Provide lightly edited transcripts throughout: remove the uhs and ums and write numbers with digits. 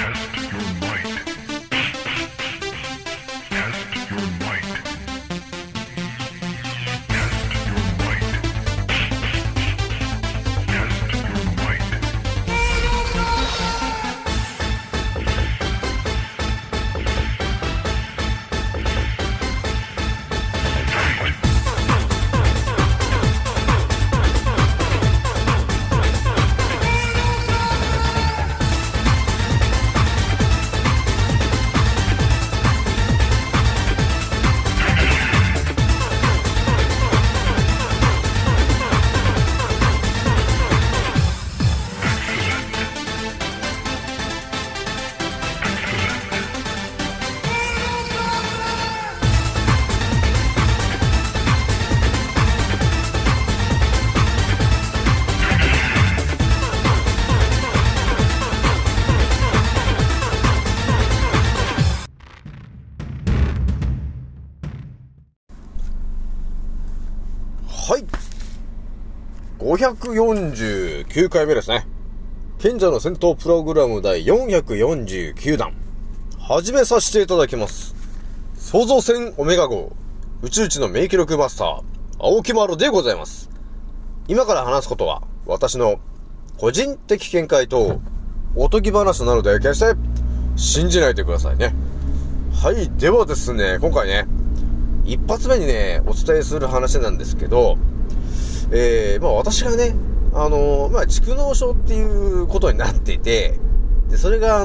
はい。549回目ですね。賢者の戦闘プログラム第449弾。始めさせていただきます。創造船オメガ号、宇宙一の名記録マスター、青木丸でございます。今から話すことは、私の個人的見解と、おとぎ話なので、決して信じないでくださいね。はい。ではですね、今回ね、一発目にね、お伝えする話なんですけど、私がね、蓄膿症っていうことになっていて、で、それが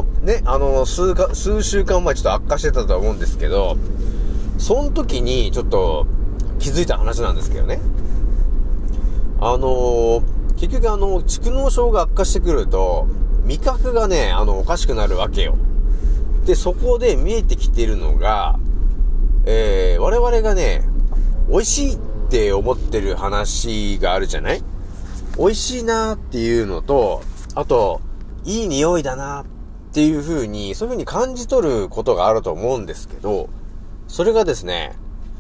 数週間前ちょっと悪化してたと思うんですけど、その時にちょっと気づいた話なんですけどね。結局蓄膿症が悪化してくると、味覚がね、おかしくなるわけよ。で、そこで見えてきてるのが、我々がね、美味しいって思ってる話があるじゃない？美味しいなっていうのと、あと、いい匂いだなっていう風に、そういう風に感じ取ることがあると思うんですけど、それがですね、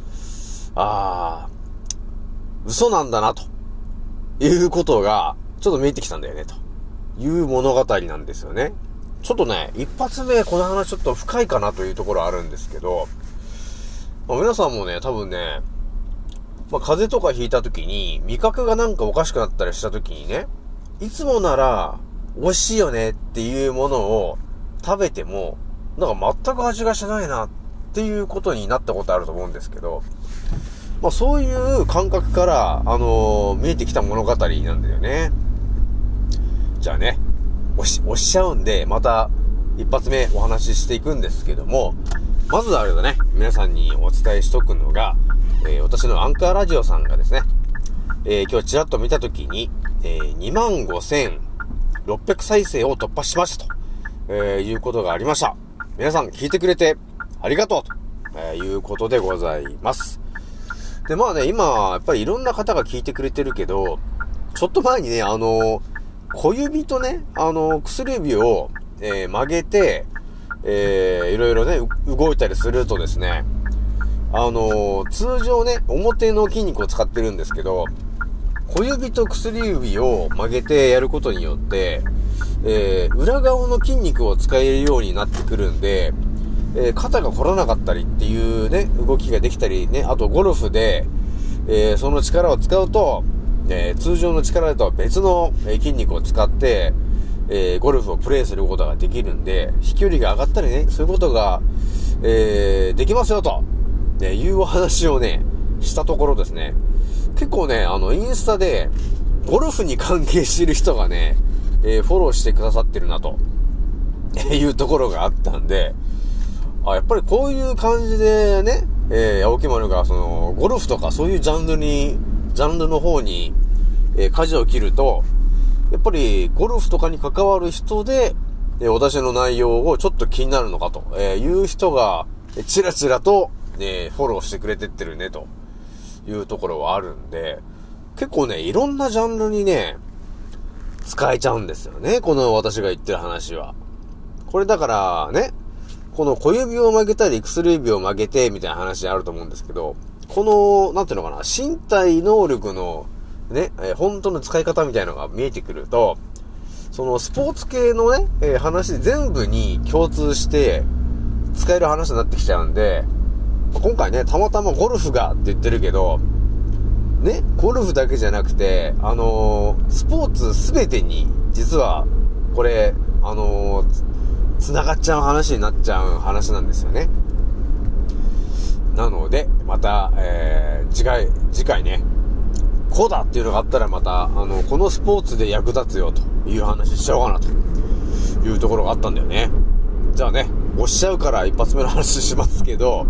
嘘なんだなということが、ちょっと見えてきたんだよね、という物語なんですよね。ちょっとね、一発目この話ちょっと深いかなというところあるんですけど、皆さんもね、多分ね、風邪とかひいた時に、味覚がなんかおかしくなったりした時にね、いつもなら、美味しいよねっていうものを食べても、なんか全く味がしないなっていうことになったことあると思うんですけど、そういう感覚から、見えてきた物語なんだよね。じゃあね、押しちゃうんで、また一発目お話ししていくんですけども、まずあれだね、皆さんにお伝えしとくのが、私のアンカーラジオさんがですね、今日ちらっと見たときに、25,600再生を突破しましたと、いうことがありました。皆さん聞いてくれてありがとうと、いうことでございます。で、今、やっぱりいろんな方が聞いてくれてるけど、ちょっと前にね、小指とね、薬指を、曲げて、いろいろね、動いたりするとですね、通常ね、表の筋肉を使ってるんですけど、小指と薬指を曲げてやることによって、裏側の筋肉を使えるようになってくるんで、肩が凝らなかったりっていうね、動きができたりね、あとゴルフで、その力を使うと、通常の力とは別の筋肉を使って、ゴルフをプレイすることができるんで、飛距離が上がったりね、そういうことが、できますよと、いうお話をね、したところですね、結構ね、インスタで、ゴルフに関係している人がね、フォローしてくださってるなと、いうところがあったんで、やっぱりこういう感じでね、青木丸がゴルフとかそういうジャンルの方に、舵を切ると、やっぱりゴルフとかに関わる人で、私の内容をちょっと気になるのかという人がちらちらと、フォローしてくれてってるねというところはあるんで、結構ね、いろんなジャンルにね、使えちゃうんですよね、この私が言ってる話は。これだからね、この小指を曲げたり薬指を曲げてみたいな話あると思うんですけど、この、なんていうのかな、身体能力のね、本当の使い方みたいなのが見えてくると、 そのスポーツ系のね、話全部に共通して使える話になってきちゃうんで、今回ね、たまたまゴルフがって言ってるけど、ね、ゴルフだけじゃなくて、スポーツすべてに、実は、これ、繋がっちゃう話になっちゃう話なんですよね。なので、また、次回ね、こうだっていうのがあったらまた、このスポーツで役立つよという話しちゃおうかなというところがあったんだよね。じゃあね、押しちゃうから一発目の話しますけど、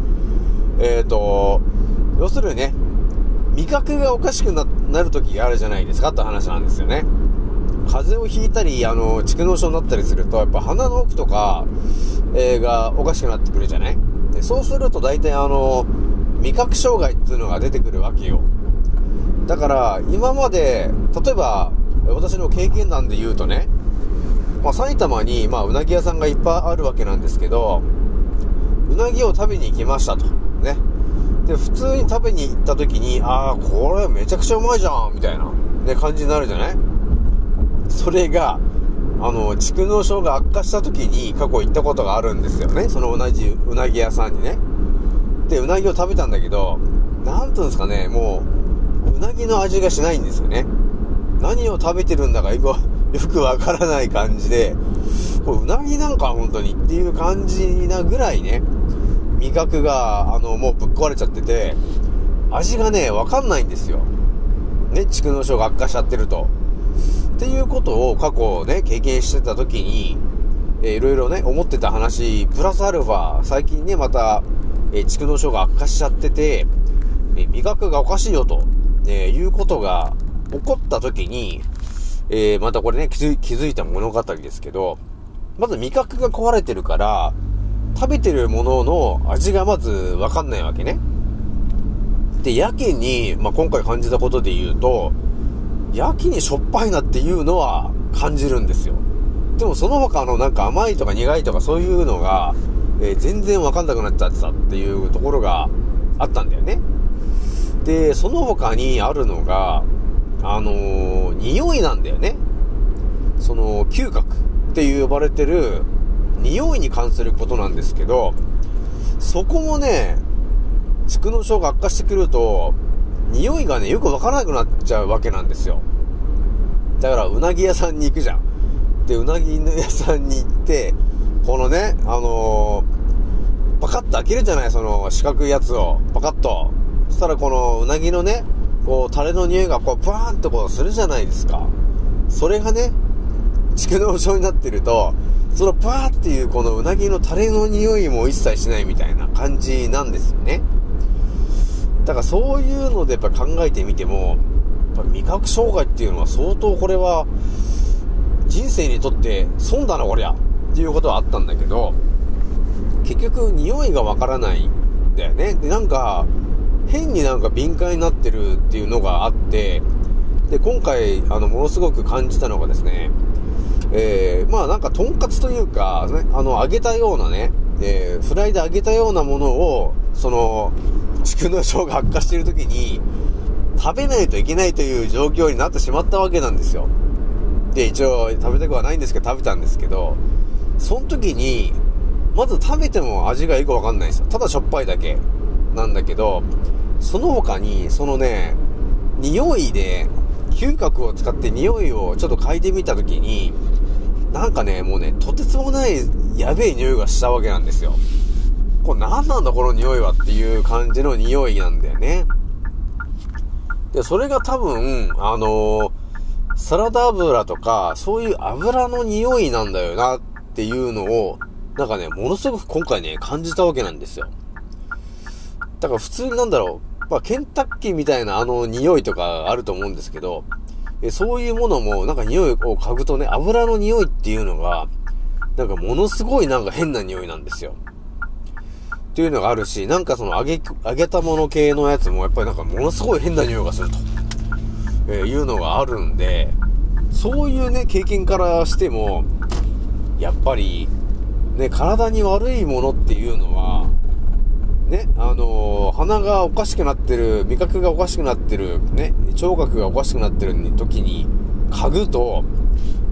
要するにね、味覚がおかしくなる時があるじゃないですかって話なんですよね。風邪をひいたり、蓄膿症になったりすると、やっぱ鼻の奥とか、がおかしくなってくるじゃない？でそうすると大体味覚障害っていうのが出てくるわけよ。だから今まで例えば私の経験談で言うとね、埼玉にうなぎ屋さんがいっぱいあるわけなんですけど、うなぎを食べに行きましたとね。で普通に食べに行った時に、これめちゃくちゃうまいじゃんみたいなね感じになるじゃない。それが蓄膿症が悪化した時に過去行ったことがあるんですよね。その同じうなぎ屋さんにね。でうなぎを食べたんだけど、なんていうんですかね、もううなぎの味がしないんですよね。何を食べてるんだかよくわからない感じで、これうなぎなんか本当にっていう感じなぐらいね、味覚がもうぶっ壊れちゃってて、味がねわかんないんですよね。蓄膿症が悪化しちゃってるとっていうことを過去ね経験してた時に、いろいろね思ってた話プラスアルファ、最近ねまた、蓄膿症が悪化しちゃってて、味覚がおかしいよと、いうことが起こった時に、またこれね気づいた物語ですけど、まず味覚が壊れてるから食べてるものの味がまずわかんないわけね。でやけに、今回感じたことで言うと、やけにしょっぱいなっていうのは感じるんですよ。でもその他のなんか甘いとか苦いとかそういうのが、全然わかんなくなっちゃってたっていうところがあったんだよね。でその他にあるのが匂いなんだよね。その嗅覚って呼ばれてる匂いに関することなんですけど、そこもね蓄膿症が悪化してくると匂いがねよくわからなくなっちゃうわけなんですよ。だからうなぎ屋さんに行くじゃん。でうなぎ屋さんに行ってこのねパカッと開けるじゃない、その四角いやつをパカッと。そしたらこのうなぎのねこうタレの匂いがこうバーンとこうするじゃないですか。それがね蓄膿症になってると、そのバーっていうこのうなぎのタレの匂いも一切しないみたいな感じなんですよね。だからそういうのでやっぱ考えてみても、やっぱ味覚障害っていうのは相当これは人生にとって損だなこりゃっていうことはあったんだけど、結局匂いがわからないんだよね。でなんか変になんか敏感になってるっていうのがあって、で今回ものすごく感じたのがですね、なんかとんかつというか、ね、揚げたようなね、フライで揚げたようなものをその蓄膿症が悪化している時に食べないといけないという状況になってしまったわけなんですよ。で一応食べたくはないんですけど食べたんですけど、その時にまず食べても味がよくわかんないんですよ。ただしょっぱいだけなんだけど、その他にそのね匂いで嗅覚を使って匂いをちょっと嗅いでみた時に、なんかねもうねとてつもないやべえ匂いがしたわけなんですよ。これ何なんだこの匂いはっていう感じの匂いなんだよね。でそれが多分サラダ油とかそういう油の匂いなんだよなっていうのをなんかねものすごく今回ね感じたわけなんですよ。だから普通になんだろう、ケンタッキーみたいな匂いとかあると思うんですけど、そういうものもなんか匂いを嗅ぐとね、油の匂いっていうのがなんかものすごいなんか変な匂いなんですよっていうのがあるし、なんかその揚げたもの系のやつもやっぱりなんかものすごい変な匂いがすると、いうのがあるんで、そういうね経験からしてもやっぱりね体に悪いものっていうのはね、鼻がおかしくなってる、味覚がおかしくなってる、ね、聴覚がおかしくなってる時に嗅ぐと、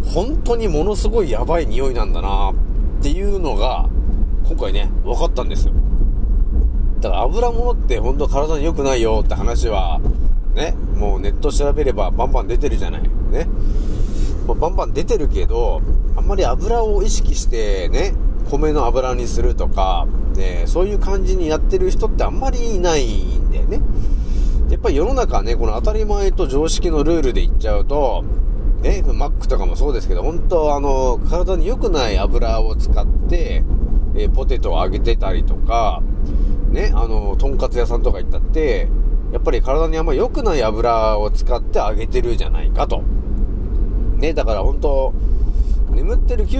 本当にものすごいやばい匂いなんだなっていうのが今回ね分かったんですよ。だから油物って本当体に良くないよって話はね、もうネット調べればバンバン出てるじゃないね。バンバン出てるけど、あんまり油を意識してね、米の油にするとか、そういう感じにやってる人ってあんまりいないんだよね。やっぱり世の中ね、この当たり前と常識のルールで言っちゃうと、ね、マックとかもそうですけど、本当体に良くない油を使って、ポテトを揚げてたりとか、ね、とんかつ屋さんとか行ったって、やっぱり体にあんま良くない油を使って揚げてるじゃないかと。ね、だから本当眠ってる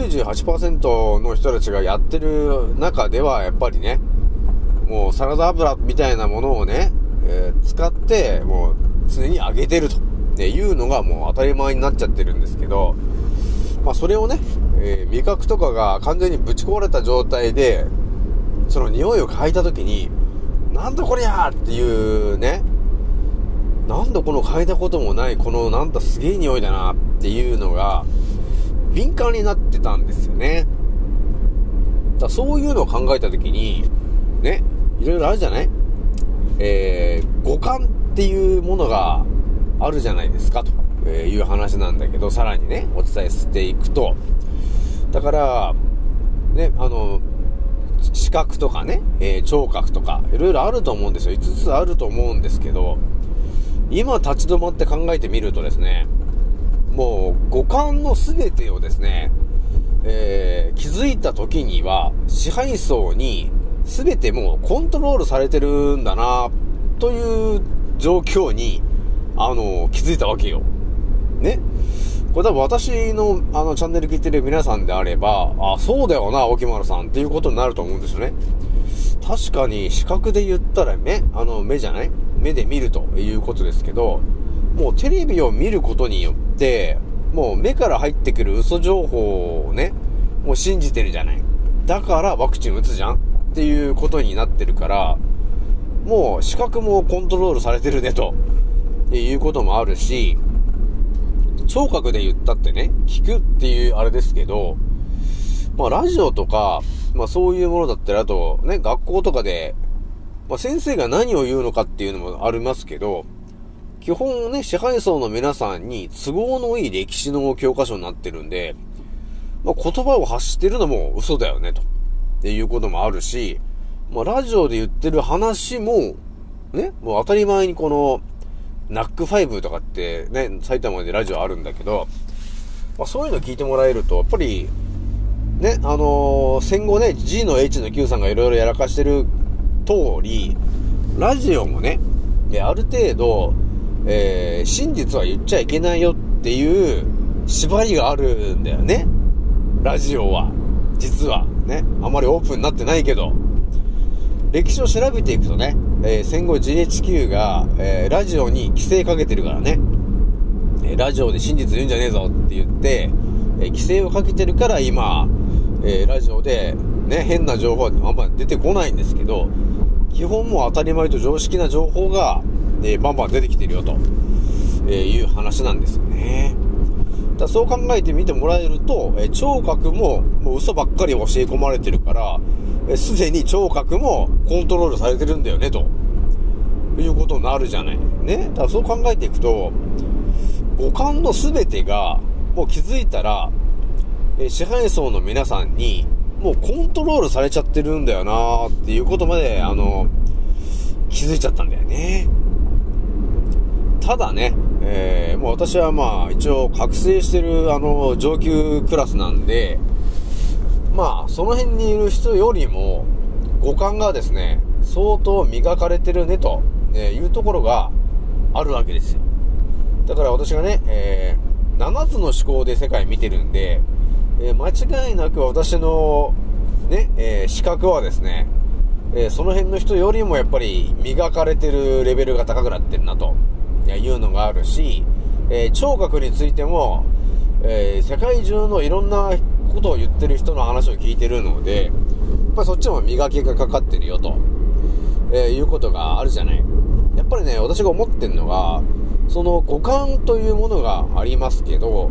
98% の人たちがやってる中では、やっぱりね、もうサラダ油みたいなものをね、使って、もう常に揚げてるというのがもう当たり前になっちゃってるんですけど、まあそれをね、味覚とかが完全にぶち壊れた状態で、その匂いを嗅いだ時に、なんだこりゃーっていうね、なんだこの嗅いだこともないこのなんだすげえ匂いだなっていうのが敏感になってたんですよね。だそういうのを考えた時にね、いろいろあるじゃない、五感っていうものがあるじゃないですかという話なんだけど、さらにねお伝えしていくと、だからね、視覚とかね、聴覚とかいろいろあると思うんですよ。5つあると思うんですけど、今立ち止まって考えてみるとですね、もう五感の全てをですね、気づいた時には支配層に全てもうコントロールされてるんだなという状況に気づいたわけよね。これ多分私のチャンネル聞いてる皆さんであれば、あ、そうだよな沖丸さんっていうことになると思うんですよね。確かに視覚で言ったら目じゃない、目で見るということですけど、もうテレビを見ることによってもう目から入ってくる嘘情報をね、もう信じてるじゃない。だからワクチン打つじゃんっていうことになってるから、もう視覚もコントロールされてるねということもあるし、聴覚で言ったってね、聞くっていうあれですけど、まあラジオとか、まあそういうものだったり、あとね、学校とかで、まあ先生が何を言うのかっていうのもありますけど、基本ね、支配層の皆さんに都合のいい歴史の教科書になってるんで、まあ言葉を発してるのも嘘だよねと。っていうこともあるし、まあラジオで言ってる話も、ね、もう当たり前にこの、ナック5とかってね、埼玉でラジオあるんだけど、まあ、そういうの聞いてもらえると、やっぱり、ね、戦後ね、G の H の Q さんがいろいろやらかしてる通り、ラジオもね、ある程度、真実は言っちゃいけないよっていう縛りがあるんだよね。ラジオは。実は。ね。あまりオープンになってないけど。歴史を調べていくとね、戦後 GHQ が、ラジオに規制かけてるからね、ラジオで真実言うんじゃねえぞって言って、規制をかけてるから今、ラジオでね、変な情報はあんま出てこないんですけど、基本もう当たり前と常識な情報が、バンバン出てきてるよと、いう話なんですよね。だそう考えてみてもらえると、聴覚ももう嘘ばっかり教え込まれてるから、すでに聴覚もコントロールされてるんだよねということになるじゃないね。だからそう考えていくと、五感のすべてがもう気づいたら、支配層の皆さんにもうコントロールされちゃってるんだよなっていうことまで気づいちゃったんだよね。ただね、もう私はまあ一応覚醒してる上級クラスなんで、まあその辺にいる人よりも五感がですね相当磨かれてるねというところがあるわけですよ。だから私がね、7つの思考で世界見てるんで、間違いなく私のね、視覚はですね、その辺の人よりもやっぱり磨かれてるレベルが高くなってるなというのがあるし、聴覚についても、世界中のいろんなことを言ってる人の話を聞いてるので、やっぱりそっちも磨きがかかってるよと、いうことがあるじゃない。やっぱりね、私が思ってるのが、その五感というものがありますけど、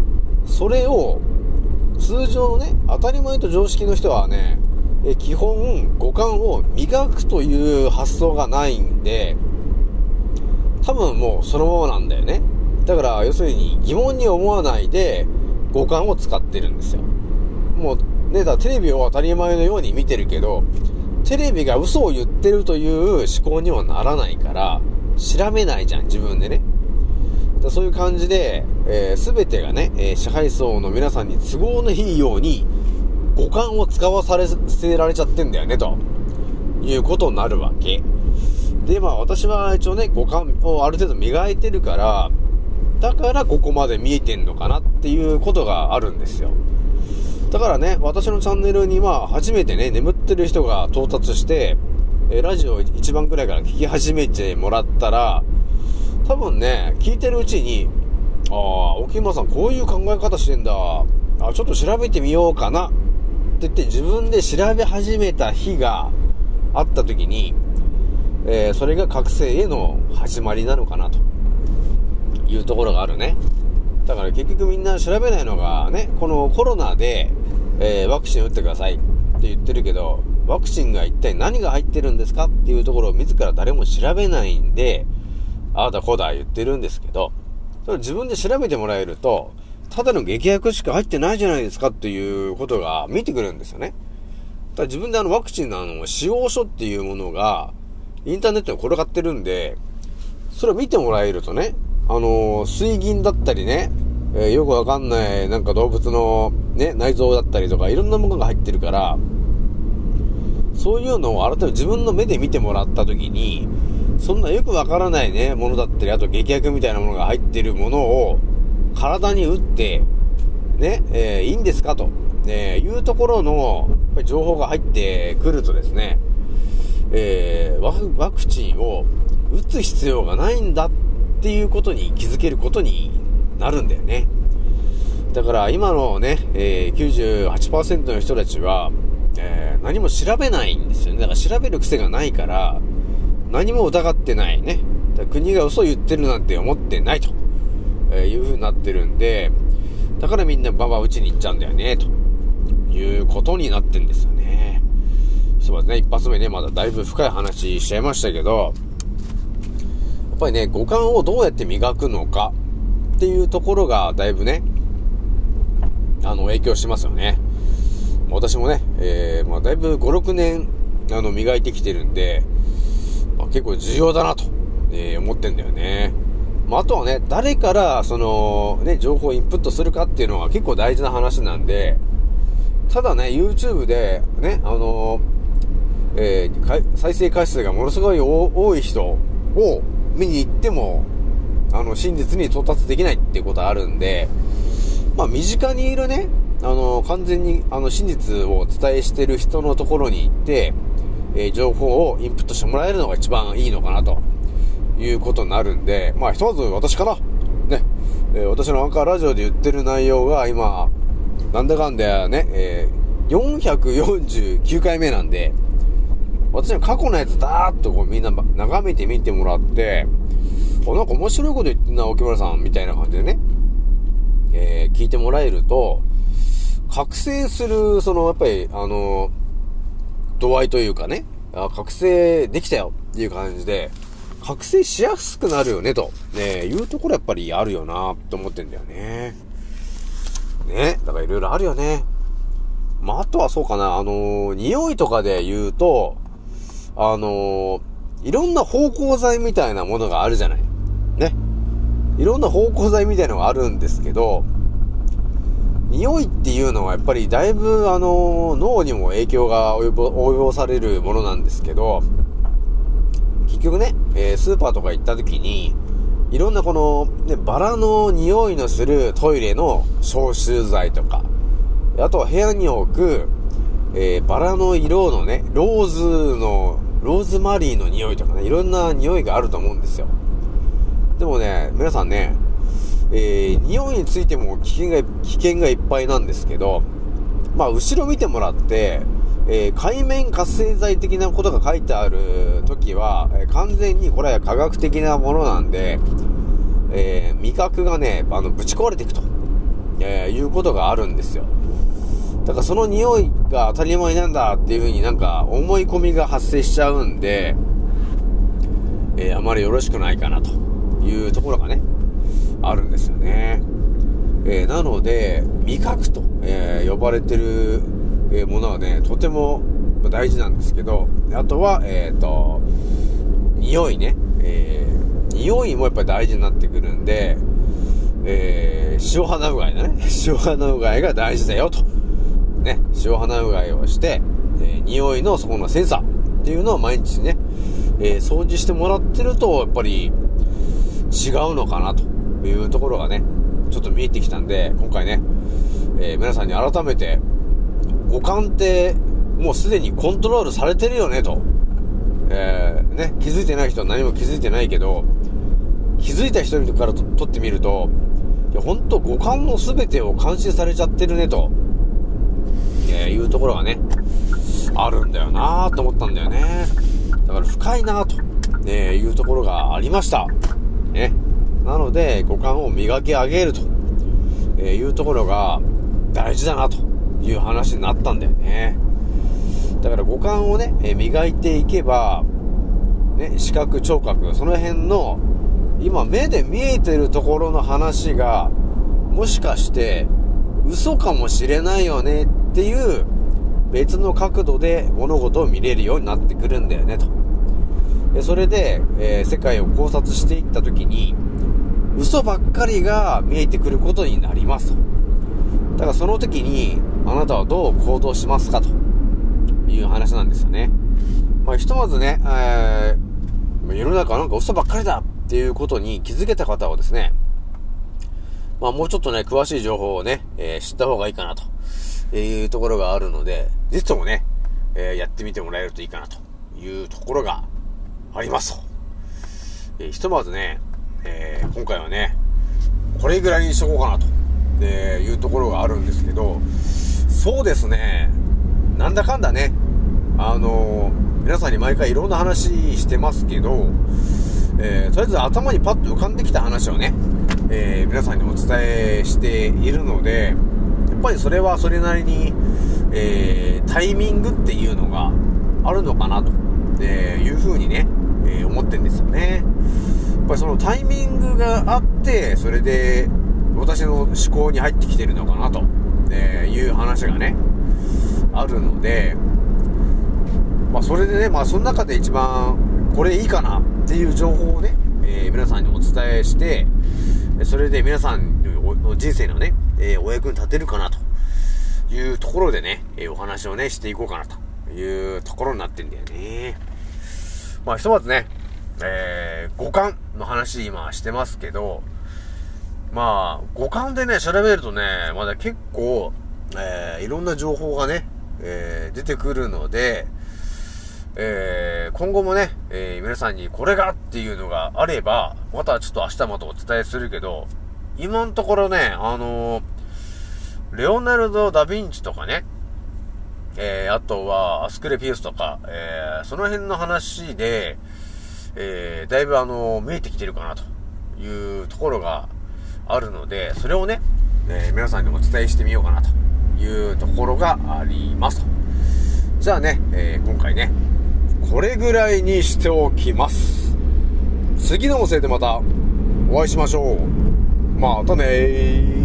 それを通常のね、当たり前と常識の人はね、基本五感を磨くという発想がないんで、多分もうそのままなんだよね。だから要するに疑問に思わないで五感を使ってるんですよ。もうね、だからテレビを当たり前のように見てるけど、テレビが嘘を言ってるという思考にはならないから調べないじゃん、自分でね。だそういう感じで、全てがね、支配層の皆さんに都合のいいように五感を使わさせられちゃってんだよねということになるわけで、まあ私は一応ね、五感をある程度磨いてるから、だからここまで見えてんのかなっていうことがあるんですよ。だからね、私のチャンネルには初めてね、眠ってる人が到達して、ラジオ1番くらいから聞き始めてもらったら、多分ね、聞いてるうちに、沖村さんこういう考え方してんだ、ちょっと調べてみようかなって言って自分で調べ始めた日があった時に、それが覚醒への始まりなのかなというところがあるね。だから結局みんな調べないのがね、このコロナで、ワクチン打ってくださいって言ってるけど、ワクチンが一体何が入ってるんですかっていうところを自ら誰も調べないんで、ああだこうだ言ってるんですけど、それ自分で調べてもらえると、ただの劇薬しか入ってないじゃないですかっていうことが見てくるんですよね。だから自分でワクチンの使用書っていうものがインターネットに転がってるんで、それを見てもらえるとね、水銀だったりね、よくわかんないなんか動物のね、内臓だったりとかいろんなものが入ってるから、そういうのを改めて自分の目で見てもらったときに、そんなよくわからないね、ものだったり、あと劇薬みたいなものが入ってるものを体に打って、ね、いいんですかと、いうところのやっぱり情報が入ってくるとですね、ワクチンを打つ必要がないんだっていうことに気づけることになるんだよね。だから今のね、98% の人たちは、何も調べないんですよね。だから調べる癖がないから何も疑ってないね。だから国が嘘言ってるなんて思ってないと、いう風になってるんで、だからみんなババ打ちに行っちゃうんだよねということになってるんですよね。そうですね、一発目ね、まだだいぶ深い話しちゃいましたけど、やっぱりね、五感をどうやって磨くのかっていうところがだいぶね、影響しますよね。私もね、だいぶ5、6年磨いてきてるんで、結構重要だなと、思ってんだよね。あとはね、誰からそのね、情報をインプットするかっていうのは結構大事な話なんで、ただね、YouTube でね、再生回数がものすごい多い人を見に行っても、真実に到達できないっていうことあるんで、身近にいるね、完全に真実をお伝えしてる人のところに行って、情報をインプットしてもらえるのが一番いいのかなということになるんで、ひとまず私からね、私のアンカーラジオで言ってる内容が今なんだかんだね、449回目なんで、私の過去のやつだーっとこうみんな眺めてみてもらって、なんか面白いこと言ってんな沖村さんみたいな感じでね、聞いてもらえると覚醒するそのやっぱり度合いというかね、覚醒できたよっていう感じで覚醒しやすくなるよねと、いうところやっぱりあるよなと思ってんだよね。だからいろいろあるよね。あとはそうかな、匂いとかで言うと、いろんな芳香剤みたいなものがあるじゃない。ね。いろんな芳香剤みたいなのがあるんですけど、匂いっていうのはやっぱりだいぶ脳にも影響が及ぼされるものなんですけど、結局ね、スーパーとか行った時に、いろんなこの、ね、バラの匂いのするトイレの消臭剤とか、あとは部屋に置く、バラの色のね、ローズマリーの匂いとかね、いろんな匂いがあると思うんですよ。でもね、皆さんね、匂いについても危険がいっぱいなんですけど、後ろ見てもらって、界面活性剤的なことが書いてある時は、完全にこれは科学的なものなんで、味覚がね、ぶち壊れていくということがあるんですよ。だからその匂いが当たり前なんだっていう風になんか思い込みが発生しちゃうんで、あまりよろしくないかなというところがね、あるんですよね。なので、味覚と、呼ばれてる、ものはね、とても大事なんですけど、あとは、匂いね。匂いもやっぱり大事になってくるんで、塩鼻うがいだね。塩鼻うがいが大事だよと。ね、塩鼻うがいをして、匂いのそこのセンサーっていうのを毎日ね、掃除してもらってると、やっぱり違うのかなというところがね、ちょっと見えてきたんで、今回ね、皆さんに改めて、五感ってもうすでにコントロールされてるよねと。ね、気づいてない人は何も気づいてないけど、気づいた人からとってみると、いや、ほんと五感の全てを監視されちゃってるねと、いうところがね、あるんだよなーと思ったんだよね。だから深いなーと、いうところがありました。ね。なので、五感を磨き上げると、いうところが大事だなという話になったんだよね。だから五感をね、磨いていけば、ね、視覚、聴覚、その辺の、今目で見えてるところの話が、もしかして、嘘かもしれないよねっていう、別の角度で物事を見れるようになってくるんだよねと。それで、世界を考察していったときに、嘘ばっかりが見えてくることになりますと。だからその時に、あなたはどう行動しますかという話なんですよね。まあ、ひとまずね、世の中はなんか嘘ばっかりだっていうことに気づけた方はですね、まあもうちょっとね、詳しい情報をね、知った方がいいかなというところがあるので、ぜひともね、やってみてもらえるといいかなというところがありますと。ひとまずね、今回はね、これぐらいにしとこうかなというところがあるんですけど、そうですね、なんだかんだね、皆さんに毎回いろんな話してますけど、とりあえず頭にパッと浮かんできた話をね、皆さんにお伝えしているので、やっぱりそれはそれなりに、タイミングっていうのがあるのかなと、いうふうにね、思ってるんですよね。やっぱりそのタイミングがあって、それで私の思考に入ってきてるのかなと、いう話がね、あるので、まあそれでね、まあその中で一番これいいかなっていう情報をね、皆さんにお伝えして、それで皆さんの人生のね、お役に立てるかなというところでね、お話をね、していこうかなというところになってんだよね。まあひとまずね、五感の話今してますけど、まあ五感でね、調べるとね、まだ結構、いろんな情報がね、出てくるので、今後もね、皆さんにこれがっていうのがあれば、またちょっと明日またお伝えするけど、今のところね、レオナルド・ダ・ヴィンチとかね、あとはアスクレピウスとか、その辺の話で、だいぶ見えてきてるかなというところがあるので、それをね、皆さんにお伝えしてみようかなというところがありますと。じゃあね、今回ね、これぐらいにしておきます。次の音声でまたお会いしましょう。またねー。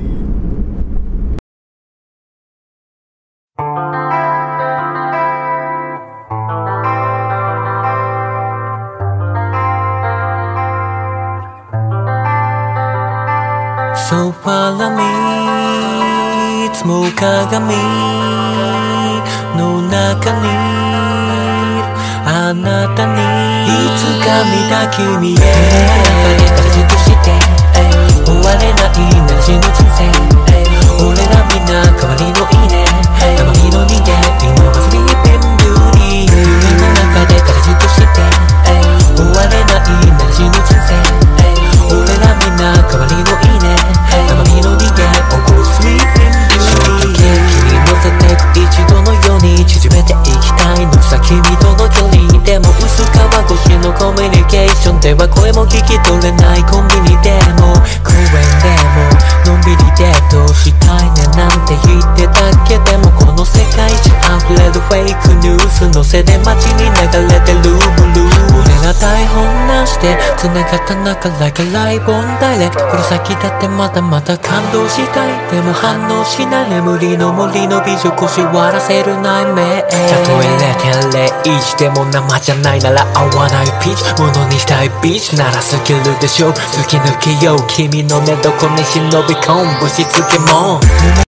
ソファーにいつも鏡の中にあなたにいつか見た君へ中でからじっとして終われないなら死ぬ人生俺らみんな代わりのいいねたまにの人間今はスリーピングリー夢の中でからじっとして終われないなら死ぬ人生俺らみんな代わりのいいねたまにの人間起こすスリーピングリーショートケーキに乗せてく一度のように縮めていきたいのさ君との距離でも薄皮越しのコミュニケーションでは声も聞き取れないコンビニでも公園でものんびりデートのせで街に流れてるブルー。俺ら台本なしで繋がった中 like a live on direct。この先だってまだまだ感動したい。でも反応しない眠りの森の美女腰割らせる内面。たとえ 0.01 でも生じゃないなら合わないピーチ。ものにしたいビーチならスキルでしょ。突き抜けよう君の寝床に忍び込むぶしつけもん。